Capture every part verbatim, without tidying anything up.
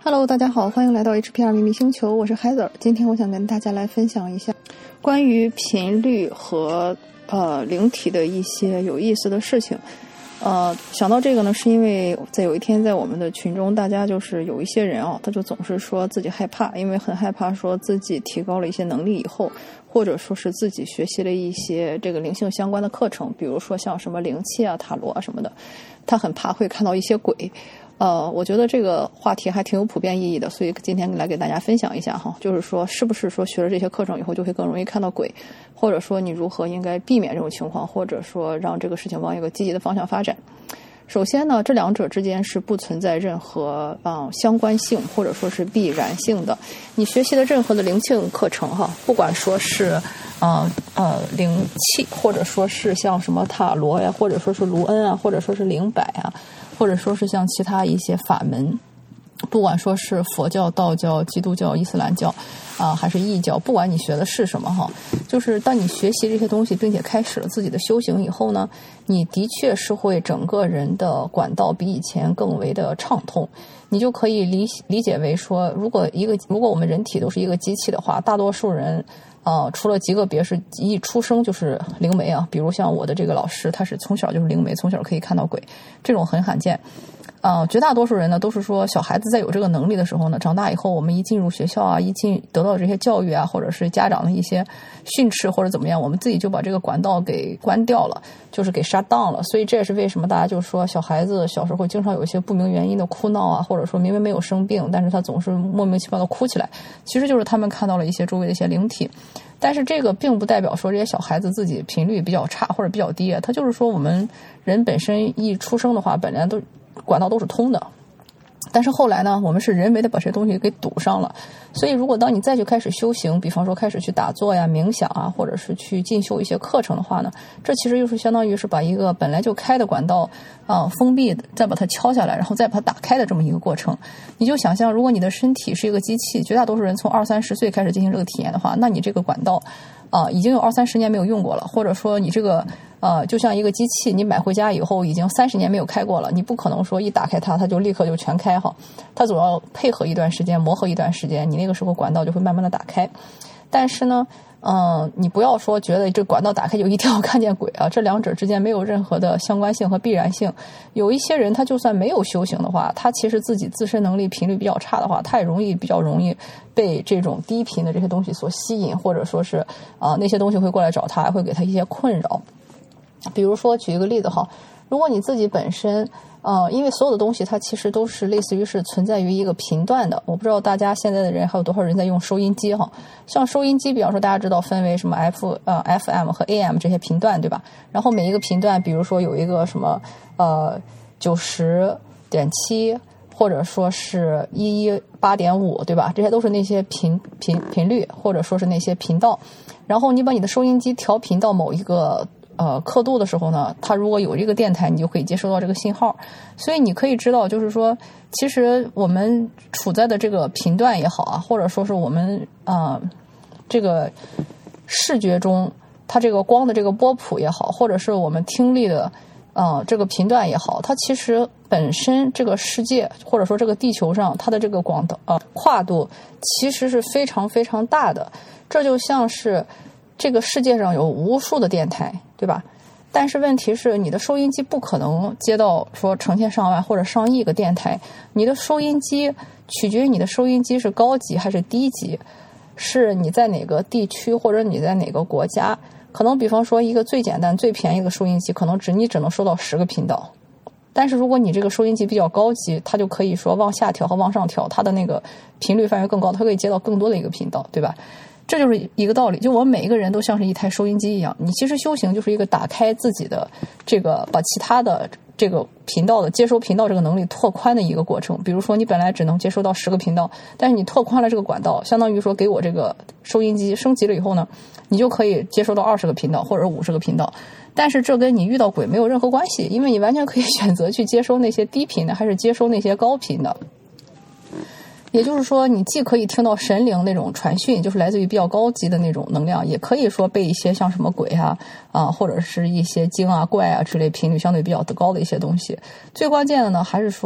Hello， 大家好，欢迎来到 H P R 秘密星球，我是 Heather。今天我想跟大家来分享一下关于频率和呃灵体的一些有意思的事情。呃，想到这个呢，是因为在有一天在我们的群中，大家就是有一些人啊，他就总是说自己害怕，因为很害怕说自己提高了一些能力以后，或者说是自己学习了一些这个灵性相关的课程，比如说像什么灵气啊、塔罗啊什么的，他很怕会看到一些鬼。呃，我觉得这个话题还挺有普遍意义的，所以今天来给大家分享一下哈，就是说是不是说学了这些课程以后就会更容易看到鬼，或者说你如何应该避免这种情况，或者说让这个事情往一个积极的方向发展。首先呢，这两者之间是不存在任何嗯相关性或者说是必然性的。你学习的任何的灵性课程哈，不管说是呃呃灵气，或者说是像什么塔罗呀，或者说是卢恩啊，或者说是灵摆啊，或者说是像其他一些法门，不管说是佛教、道教、基督教、伊斯兰教啊、呃，还是异教，不管你学的是什么哈，就是当你学习这些东西，并且开始了自己的修行以后呢，你的确是会整个人的管道比以前更为的畅通。你就可以理理解为说，如果一个如果我们人体都是一个机器的话，大多数人呃，除了极个别是一出生就是灵媒啊，比如像我的这个老师，他是从小就是灵媒，从小可以看到鬼，这种很罕见。呃，绝大多数人呢都是说，小孩子在有这个能力的时候呢，长大以后我们一进入学校啊，一进得到这些教育啊，或者是家长的一些训斥或者怎么样，我们自己就把这个管道给关掉了，就是给 shut down 了。所以这也是为什么大家就说小孩子小时候经常有一些不明原因的哭闹啊，或者说明明没有生病，但是他总是莫名其妙的哭起来，其实就是他们看到了一些周围的一些灵体。但是这个并不代表说这些小孩子自己频率比较差或者比较低啊，他就是说我们人本身一出生的话，本来都管道都是通的，但是后来呢，我们是人为的把这些东西给堵上了。所以如果当你再去开始修行，比方说开始去打坐呀、冥想啊，或者是去进修一些课程的话呢，这其实又是相当于是把一个本来就开的管道啊、呃、封闭的，再把它敲下来，然后再把它打开的这么一个过程。你就想象，如果你的身体是一个机器，绝大多数人从二三十岁开始进行这个体验的话，那你这个管道啊、呃、已经有二三十年没有用过了，或者说你这个呃就像一个机器，你买回家以后已经三十年没有开过了，你不可能说一打开它它就立刻就全开哈，它总要配合一段时间，磨合一段时间，你那个时候管道就会慢慢的打开。但是呢嗯，你不要说觉得这管道打开就一定要看见鬼啊，这两者之间没有任何的相关性和必然性。有一些人他就算没有修行的话，他其实自己自身能力频率比较差的话，他也容易比较容易被这种低频的这些东西所吸引，或者说是啊、呃、那些东西会过来找他，会给他一些困扰。比如说举一个例子哈，如果你自己本身呃，因为所有的东西它其实都是类似于是存在于一个频段的，我不知道大家现在的人还有多少人在用收音机哈。像收音机，比方说大家知道分为什么 F 呃 F M 和 A M 这些频段对吧？然后每一个频段，比如说有一个什么呃九十点七，或者说是一一八点五对吧？这些都是那些频频频率，或者说是那些频道。然后你把你的收音机调频到某一个呃，刻度的时候呢，它如果有这个电台，你就可以接收到这个信号。所以你可以知道，就是说，其实我们处在的这个频段也好啊，或者说是我们啊、呃、这个视觉中，它这个光的这个波谱也好，或者是我们听力的啊、呃、这个频段也好，它其实本身这个世界或者说这个地球上，它的这个广的呃跨度其实是非常非常大的。这就像是这个世界上有无数的电台，对吧？但是问题是，你的收音机不可能接到说成千上万或者上亿个电台。你的收音机取决于你的收音机是高级还是低级，是你在哪个地区或者你在哪个国家。可能比方说一个最简单最便宜的收音机，可能只你只能收到十个频道。但是如果你这个收音机比较高级，它就可以说往下调和往上调，它的那个频率范围更高，它可以接到更多的一个频道，对吧？这就是一个道理，就我们每一个人都像是一台收音机一样，你其实修行就是一个打开自己的这个，把其他的这个频道的接收频道这个能力拓宽的一个过程。比如说你本来只能接收到十个频道，但是你拓宽了这个管道，相当于说给我这个收音机升级了以后呢，你就可以接收到二十个频道或者五十个频道。但是这跟你遇到鬼没有任何关系，因为你完全可以选择去接收那些低频的，还是接收那些高频的。也就是说，你既可以听到神灵那种传讯，就是来自于比较高级的那种能量，也可以说被一些像什么鬼啊啊，或者是一些精啊怪啊之类频率相对比较高的一些东西。最关键的呢，还是说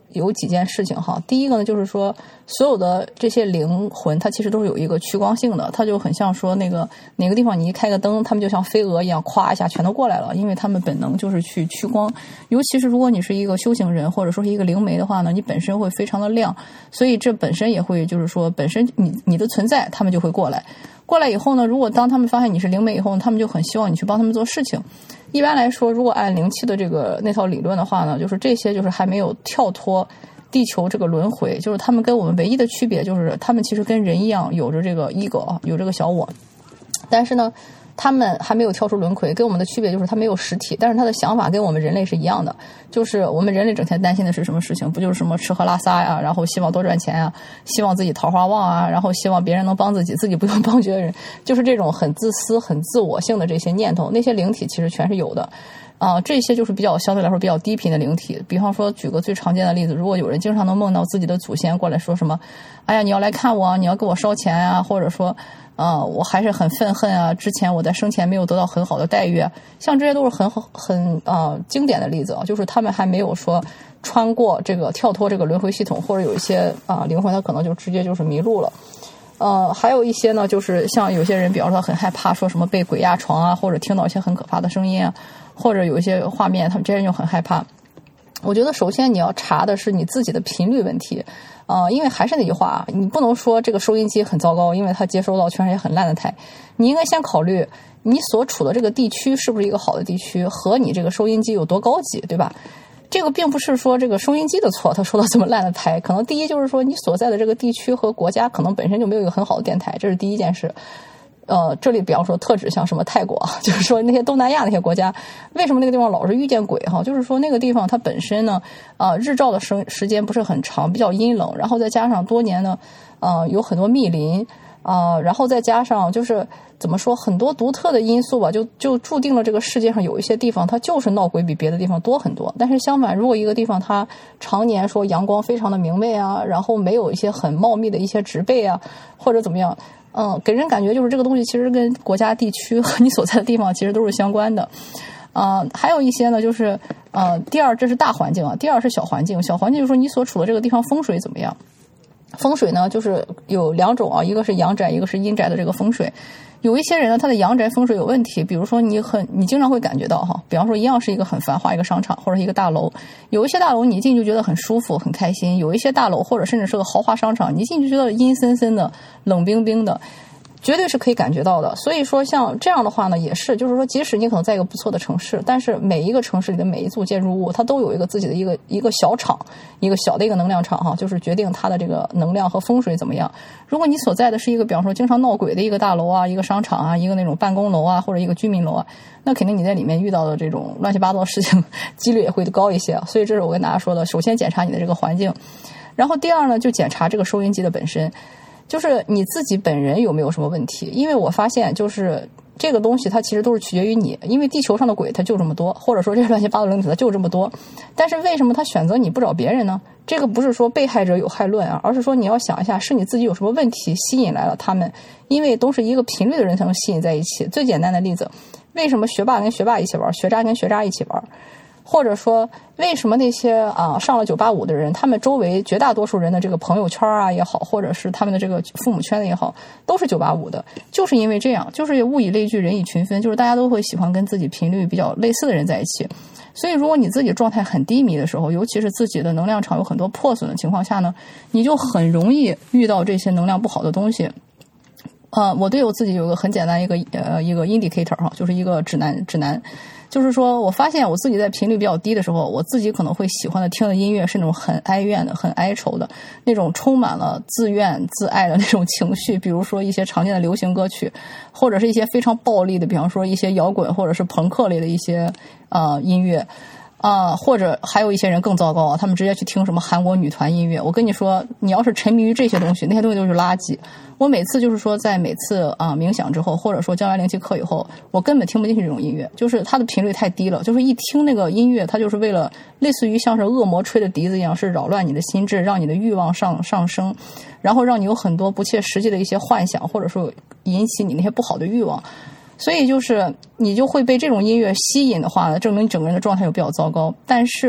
有几件事情哈。第一个呢，就是说所有的这些灵魂，它其实都是有一个趋光性的，它就很像说那个哪个地方你一开个灯，他们就像飞蛾一样，咵一下全都过来了，因为他们本能就是去趋光。尤其是如果你是一个修行人，或者说是一个灵媒的话呢，你本身会非常的亮，所以这本身也会就是说本身你你的存在，他们就会过来。过来以后呢，如果当他们发现你是灵媒以后，他们就很希望你去帮他们做事情。一般来说，如果按灵气的这个那套理论的话呢，就是这些就是还没有跳脱地球这个轮回，就是他们跟我们唯一的区别就是他们其实跟人一样有着这个 ego， 有这个小我，但是呢他们还没有跳出轮回，跟我们的区别就是他没有实体，但是他的想法跟我们人类是一样的，就是我们人类整天担心的是什么事情，不就是什么吃喝拉撒呀，然后希望多赚钱啊，希望自己桃花旺啊，然后希望别人能帮自己，自己不用帮别人，就是这种很自私很自我性的这些念头，那些灵体其实全是有的啊、呃，这些就是比较相对来说比较低频的灵体。比方说举个最常见的例子，如果有人经常能梦到自己的祖先过来说什么，哎呀你要来看我，你要给我烧钱啊，或者说啊、呃，我还是很愤恨啊，之前我在生前没有得到很好的待遇啊，像这些都是很很啊、呃、经典的例子啊，就是他们还没有说穿过这个跳脱这个轮回系统，或者有一些啊、呃、灵魂他可能就直接就是迷路了。呃，还有一些呢，就是像有些人，比方说他很害怕说什么被鬼压床啊，或者听到一些很可怕的声音啊，或者有一些画面，他们这些人就很害怕。我觉得首先你要查的是你自己的频率问题，呃，因为还是那句话，你不能说这个收音机很糟糕，因为它接收到全是些很烂的台。你应该先考虑你所处的这个地区是不是一个好的地区，和你这个收音机有多高级，对吧？这个并不是说这个收音机的错，它收到这么烂的台，可能第一就是说你所在的这个地区和国家可能本身就没有一个很好的电台，这是第一件事。呃，这里比方说特指像什么泰国，就是说那些东南亚那些国家，为什么那个地方老是遇见鬼哈？就是说那个地方它本身呢，呃，日照的时时间不是很长，比较阴冷，然后再加上多年呢，呃，有很多密林。啊、呃，然后再加上就是怎么说，很多独特的因素吧，就就注定了这个世界上有一些地方它就是闹鬼比别的地方多很多。但是相反，如果一个地方它常年说阳光非常的明媚啊，然后没有一些很茂密的一些植被啊，或者怎么样，嗯，给人感觉就是这个东西其实跟国家地区和你所在的地方其实都是相关的。啊、呃，还有一些呢，就是呃，第二这是大环境啊，第二是小环境。小环境就是说你所处的这个地方风水怎么样。风水呢，就是有两种啊，一个是阳宅，一个是阴宅的这个风水。有一些人呢，他的阳宅风水有问题，比如说你很，你经常会感觉到哈，比方说一样是一个很繁华一个商场或者一个大楼，有一些大楼你一进就觉得很舒服很开心，有一些大楼或者甚至是个豪华商场，你一进就觉得阴森森的冷冰冰的，绝对是可以感觉到的。所以说像这样的话呢，也是就是说即使你可能在一个不错的城市，但是每一个城市里的每一组建筑物它都有一个自己的一个一个小场，一个小的一个能量场哈，就是决定它的这个能量和风水怎么样。如果你所在的是一个比方说经常闹鬼的一个大楼啊，一个商场啊，一个那种办公楼啊，或者一个居民楼啊，那肯定你在里面遇到的这种乱七八糟的事情几率也会高一些。所以这是我跟大家说的，首先检查你的这个环境，然后第二呢就检查这个收音机的本身，就是你自己本人有没有什么问题。因为我发现就是这个东西它其实都是取决于你，因为地球上的鬼它就这么多，或者说这乱七八糟的灵体它就这么多，但是为什么他选择你不找别人呢？这个不是说被害者有害论啊，而是说你要想一下是你自己有什么问题吸引来了他们，因为都是一个频率的人才能吸引在一起。最简单的例子，为什么学霸跟学霸一起玩，学渣跟学渣一起玩，或者说为什么那些啊上了九八五的人，他们周围绝大多数人的这个朋友圈啊也好，或者是他们的这个父母圈的也好，都是九八五的，就是因为这样，就是物以类聚，人以群分，就是大家都会喜欢跟自己频率比较类似的人在一起。所以如果你自己状态很低迷的时候，尤其是自己的能量场有很多破损的情况下呢，你就很容易遇到这些能量不好的东西。呃，我对我自己有个很简单一个呃一个 indicator 哈，就是一个指南指南。就是说我发现我自己在频率比较低的时候，我自己可能会喜欢的听的音乐是那种很哀怨的、很哀愁的那种，充满了自怨自艾的那种情绪，比如说一些常见的流行歌曲，或者是一些非常暴力的，比方说一些摇滚或者是朋克类的一些呃音乐。啊、呃，或者还有一些人更糟糕啊，他们直接去听什么韩国女团音乐。我跟你说，你要是沉迷于这些东西，那些东西都是垃圾。我每次就是说，在每次啊、呃、冥想之后，或者说教完灵气课以后，我根本听不进去这种音乐，就是它的频率太低了。就是一听那个音乐，它就是为了类似于像是恶魔吹的笛子一样，是扰乱你的心智，让你的欲望上上升，然后让你有很多不切实际的一些幻想，或者说引起你那些不好的欲望。所以就是你就会被这种音乐吸引的话呢，证明你整个人的状态又比较糟糕。但是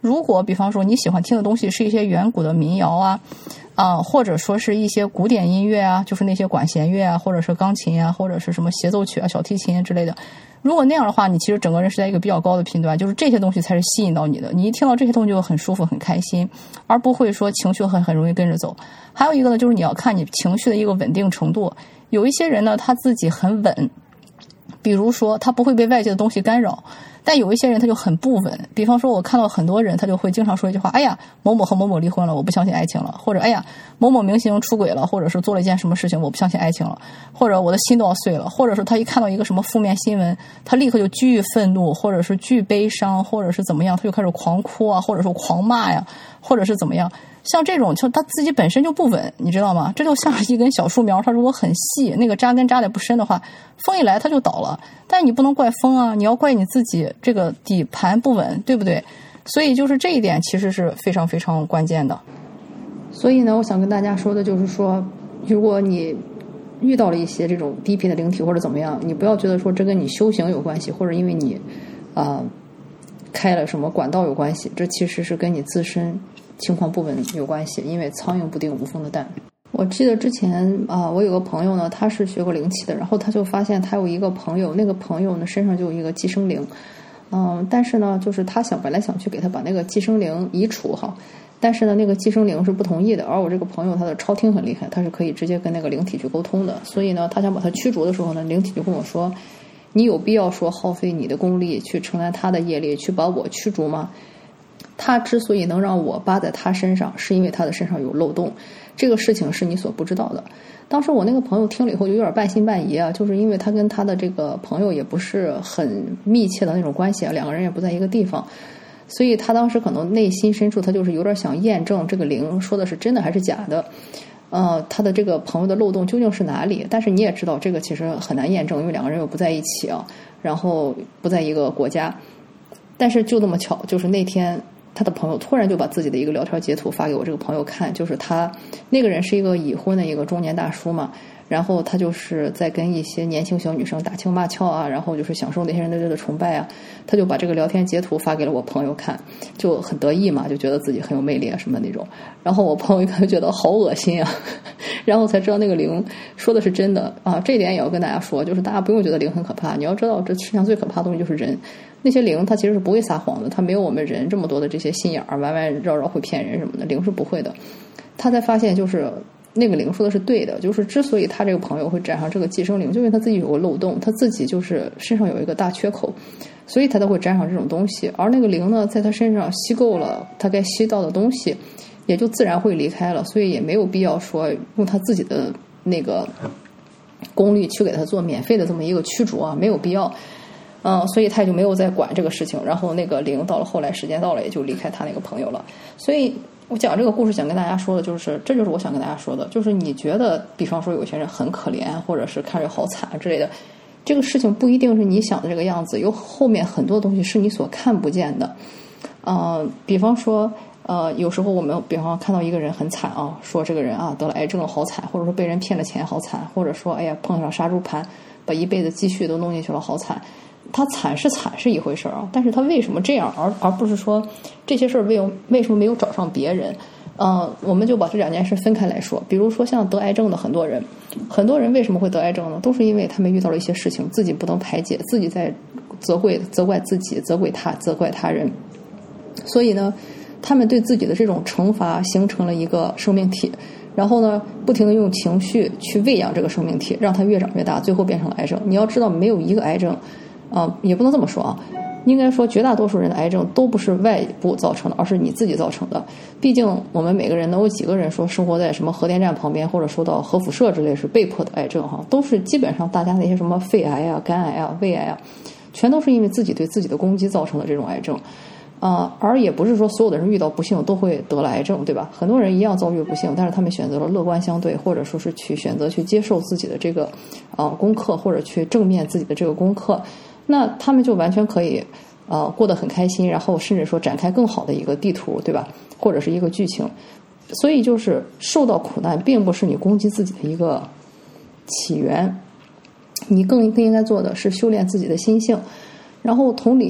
如果比方说你喜欢听的东西是一些远古的民谣啊，啊、呃，或者说是一些古典音乐啊，就是那些管弦乐啊，或者是钢琴啊，或者是什么协奏曲啊、小提琴之类的。如果那样的话，你其实整个人是在一个比较高的频段，就是这些东西才是吸引到你的。你一听到这些东西就很舒服、很开心，而不会说情绪很很容易跟着走。还有一个呢，就是你要看你情绪的一个稳定程度。有一些人呢，他自己很稳，比如说他不会被外界的东西干扰。但有一些人他就很不稳，比方说我看到很多人他就会经常说一句话，哎呀某某和某某离婚了，我不相信爱情了，或者哎呀某某明星出轨了，或者是做了一件什么事情，我不相信爱情了，或者我的心都要碎了，或者是他一看到一个什么负面新闻，他立刻就巨愤怒，或者是巨悲伤，或者是怎么样，他就开始狂哭啊，或者是狂骂呀，或者是怎么样。像这种就他自己本身就不稳，你知道吗？这就像一根小树苗，它如果很细，那个扎根扎得不深的话，风一来它就倒了。但是你不能怪风啊，你要怪你自己这个底盘不稳，对不对？所以就是这一点其实是非常非常关键的。所以呢，我想跟大家说的就是说，如果你遇到了一些这种低频的灵体或者怎么样，你不要觉得说这跟你修行有关系，或者因为你啊、呃、开了什么管道有关系，这其实是跟你自身情况不稳有关系，因为苍蝇不叮无缝的蛋。我记得之前啊、呃，我有个朋友呢，他是学过灵气的，然后他就发现他有一个朋友，那个朋友呢身上就有一个寄生灵，嗯、呃，但是呢，就是他想本来想去给他把那个寄生灵移除哈，但是呢，那个寄生灵是不同意的，而我这个朋友他的超听很厉害，他是可以直接跟那个灵体去沟通的，所以呢，他想把他驱逐的时候呢，灵体就跟我说，你有必要说耗费你的功力去承担他的业力，去把我驱逐吗？他之所以能让我扒在他身上，是因为他的身上有漏洞，这个事情是你所不知道的。当时我那个朋友听了以后就有点半信半疑啊，就是因为他跟他的这个朋友也不是很密切的那种关系啊，两个人也不在一个地方，所以他当时可能内心深处他就是有点想验证这个灵说的是真的还是假的，呃，他的这个朋友的漏洞究竟是哪里？但是你也知道这个其实很难验证，因为两个人又不在一起啊，然后不在一个国家。但是就这么巧，就是那天他的朋友突然就把自己的一个聊天截图发给我这个朋友看，就是他那个人是一个已婚的一个中年大叔嘛，然后他就是在跟一些年轻小女生打情骂俏啊，然后就是享受那些人对他的崇拜啊，他就把这个聊天截图发给了我朋友看，就很得意嘛，就觉得自己很有魅力啊什么那种。然后我朋友一看就觉得好恶心啊，然后才知道那个灵说的是真的啊。这一点也要跟大家说，就是大家不用觉得灵很可怕，你要知道这世上最可怕的东西就是人。那些灵它其实是不会撒谎的，它没有我们人这么多的这些心眼儿，弯弯绕绕会骗人什么的，灵是不会的。他才发现就是那个灵说的是对的，就是之所以他这个朋友会沾上这个寄生灵，就因为他自己有个漏洞，他自己就是身上有一个大缺口，所以他才会沾上这种东西。而那个灵呢，在他身上吸够了他该吸到的东西，也就自然会离开了，所以也没有必要说用他自己的那个功力去给他做免费的这么一个驱逐啊，没有必要。嗯，所以他也就没有再管这个事情，然后那个灵到了后来时间到了也就离开他那个朋友了。所以我讲这个故事想跟大家说的就是，这就是我想跟大家说的，就是你觉得比方说有些人很可怜，或者是看着好惨之类的，这个事情不一定是你想的这个样子，有后面很多东西是你所看不见的。呃，比方说呃，有时候我们比方看到一个人很惨啊，说这个人啊得了癌症了好惨，或者说被人骗了钱好惨，或者说哎呀碰上杀猪盘把一辈子积蓄都弄进去了好惨。他惨是惨是一回事啊，但是他为什么这样，而而不是说这些事儿为为什么没有找上别人？呃，我们就把这两件事分开来说。比如说像得癌症的很多人，很多人为什么会得癌症呢？都是因为他们遇到了一些事情，自己不能排解，自己在责怪责怪自己，责怪他，责怪他人。所以呢，他们对自己的这种惩罚形成了一个生命体，然后呢，不停地用情绪去喂养这个生命体，让它越长越大，最后变成了癌症。你要知道，没有一个癌症。啊、呃，也不能这么说啊，应该说绝大多数人的癌症都不是外部造成的，而是你自己造成的。毕竟我们每个人能有几个人说生活在什么核电站旁边，或者受到核辐射之类是被迫的癌症哈，都是基本上大家那些什么肺癌啊、肝癌啊、胃癌啊，全都是因为自己对自己的攻击造成的这种癌症。啊、呃，而也不是说所有的人遇到不幸都会得了癌症，对吧？很多人一样遭遇不幸，但是他们选择了乐观相对，或者说是去选择去接受自己的这个啊、呃、功课，或者去正面自己的这个功课。那他们就完全可以呃过得很开心，然后甚至说展开更好的一个地图，对吧？或者是一个剧情。所以就是受到苦难并不是你攻击自己的一个起源，你更更应该做的是修炼自己的心性。然后同理，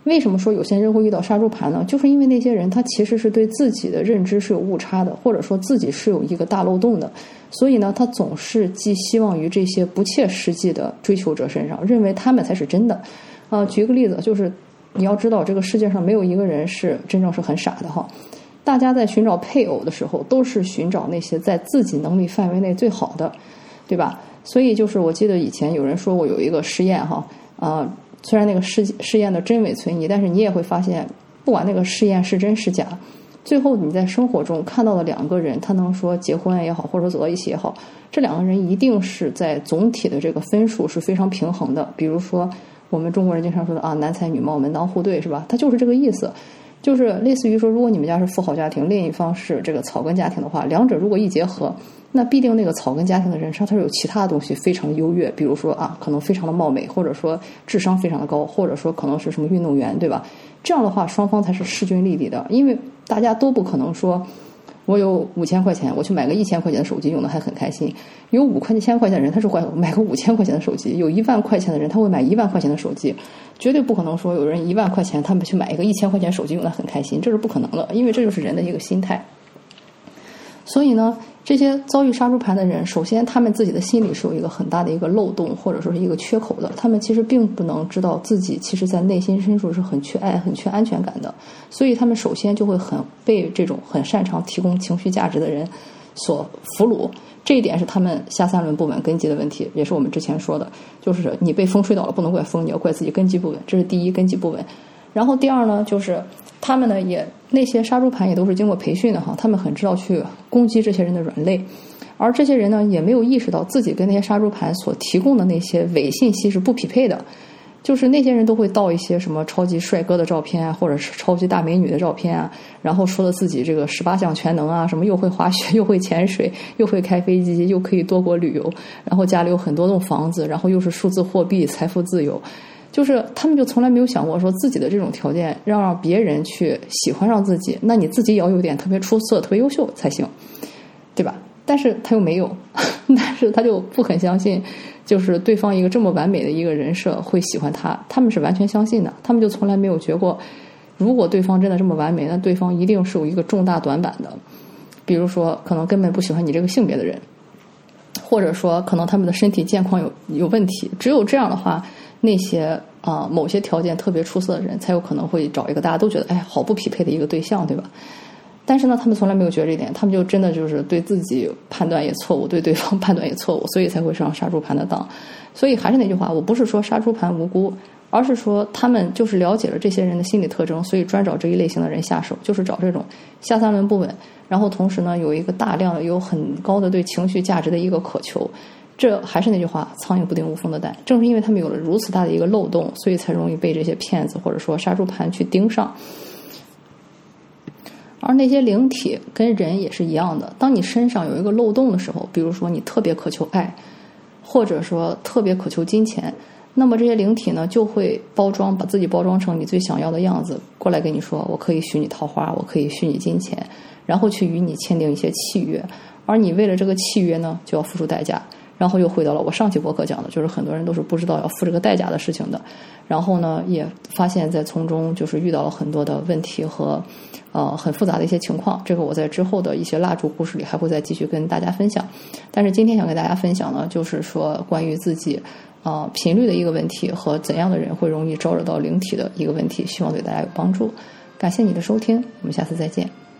为什么说有些人会遇到杀猪盘呢？就是因为那些人他其实是对自己的认知是有误差的，或者说自己是有一个大漏洞的，所以呢他总是寄希望于这些不切实际的追求者身上，认为他们才是真的。呃，举个例子，就是你要知道这个世界上没有一个人是真正是很傻的哈。大家在寻找配偶的时候都是寻找那些在自己能力范围内最好的，对吧？所以就是我记得以前有人说过有一个实验哈，呃虽然那个试试验的真伪存疑，但是你也会发现，不管那个试验是真是假，最后你在生活中看到的两个人，他能说结婚也好，或者说走到一起也好，这两个人一定是在总体的这个分数是非常平衡的。比如说我们中国人经常说的啊，男才女貌门当户对，是吧？它就是这个意思。就是类似于说，如果你们家是富豪家庭，另一方是这个草根家庭的话，两者如果一结合，那必定那个草根家庭的人，他他有其他的东西非常的优越，比如说啊，可能非常的貌美，或者说智商非常的高，或者说可能是什么运动员，对吧？这样的话，双方才是势均力敌的，因为大家都不可能说，我有五千块钱，我去买个一千块钱的手机用的还很开心。有五块钱块钱的人，他是会买个五千块钱的手机；有一万块钱的人，他会买一万块钱的手机。绝对不可能说有人一万块钱，他们去买一个一千块钱手机用的很开心，这是不可能的，因为这就是人的一个心态。所以呢，这些遭遇杀猪盘的人，首先他们自己的心里是有一个很大的一个漏洞，或者说是一个缺口的。他们其实并不能知道自己其实在内心深处是很缺爱、很缺安全感的。所以他们首先就会很被这种很擅长提供情绪价值的人所俘虏。这一点是他们下三轮不稳根基的问题，也是我们之前说的，就是你被风吹倒了，不能怪风，你要怪自己根基不稳，这是第一，根基不稳。然后第二呢，就是他们呢也那些杀猪盘也都是经过培训的哈，他们很知道去攻击这些人的软肋，而这些人呢也没有意识到自己跟那些杀猪盘所提供的那些伪信息是不匹配的。就是那些人都会盗一些什么超级帅哥的照片啊，或者是超级大美女的照片啊，然后说的自己这个十八项全能啊，什么又会滑雪，又会潜水，又会开飞机，又可以多国旅游，然后家里有很多栋房子，然后又是数字货币，财富自由。就是他们就从来没有想过说自己的这种条件要让别人去喜欢上自己，那你自己也要有点特别出色、特别优秀才行，对吧？但是他又没有，但是他就不肯相信，就是对方一个这么完美的一个人设会喜欢他，他们是完全相信的，他们就从来没有觉过，如果对方真的这么完美，那对方一定是有一个重大短板的，比如说可能根本不喜欢你这个性别的人，或者说可能他们的身体健康有有问题，只有这样的话，那些啊、呃、某些条件特别出色的人才有可能会找一个大家都觉得哎好不匹配的一个对象，对吧？但是呢，他们从来没有觉得这一点，他们就真的就是对自己判断也错误，对对方判断也错误，所以才会上杀猪盘的当。所以还是那句话，我不是说杀猪盘无辜，而是说他们就是了解了这些人的心理特征，所以专找这一类型的人下手，就是找这种下三轮不稳，然后同时呢有一个大量的有很高的对情绪价值的一个渴求。这还是那句话，苍蝇不叮无缝的蛋。正是因为他们有了如此大的一个漏洞，所以才容易被这些骗子或者说杀猪盘去盯上。而那些灵体跟人也是一样的，当你身上有一个漏洞的时候，比如说你特别渴求爱，或者说特别渴求金钱，那么这些灵体呢就会包装，把自己包装成你最想要的样子，过来跟你说我可以许你桃花，我可以许你金钱，然后去与你签订一些契约，而你为了这个契约呢就要付出代价。然后又回到了我上期博客讲的，就是很多人都是不知道要付这个代价的事情的，然后呢也发现在从中就是遇到了很多的问题和呃很复杂的一些情况，这个我在之后的一些蜡烛故事里还会再继续跟大家分享。但是今天想跟大家分享呢，就是说关于自己呃频率的一个问题和怎样的人会容易招惹到灵体的一个问题，希望对大家有帮助。感谢你的收听，我们下次再见。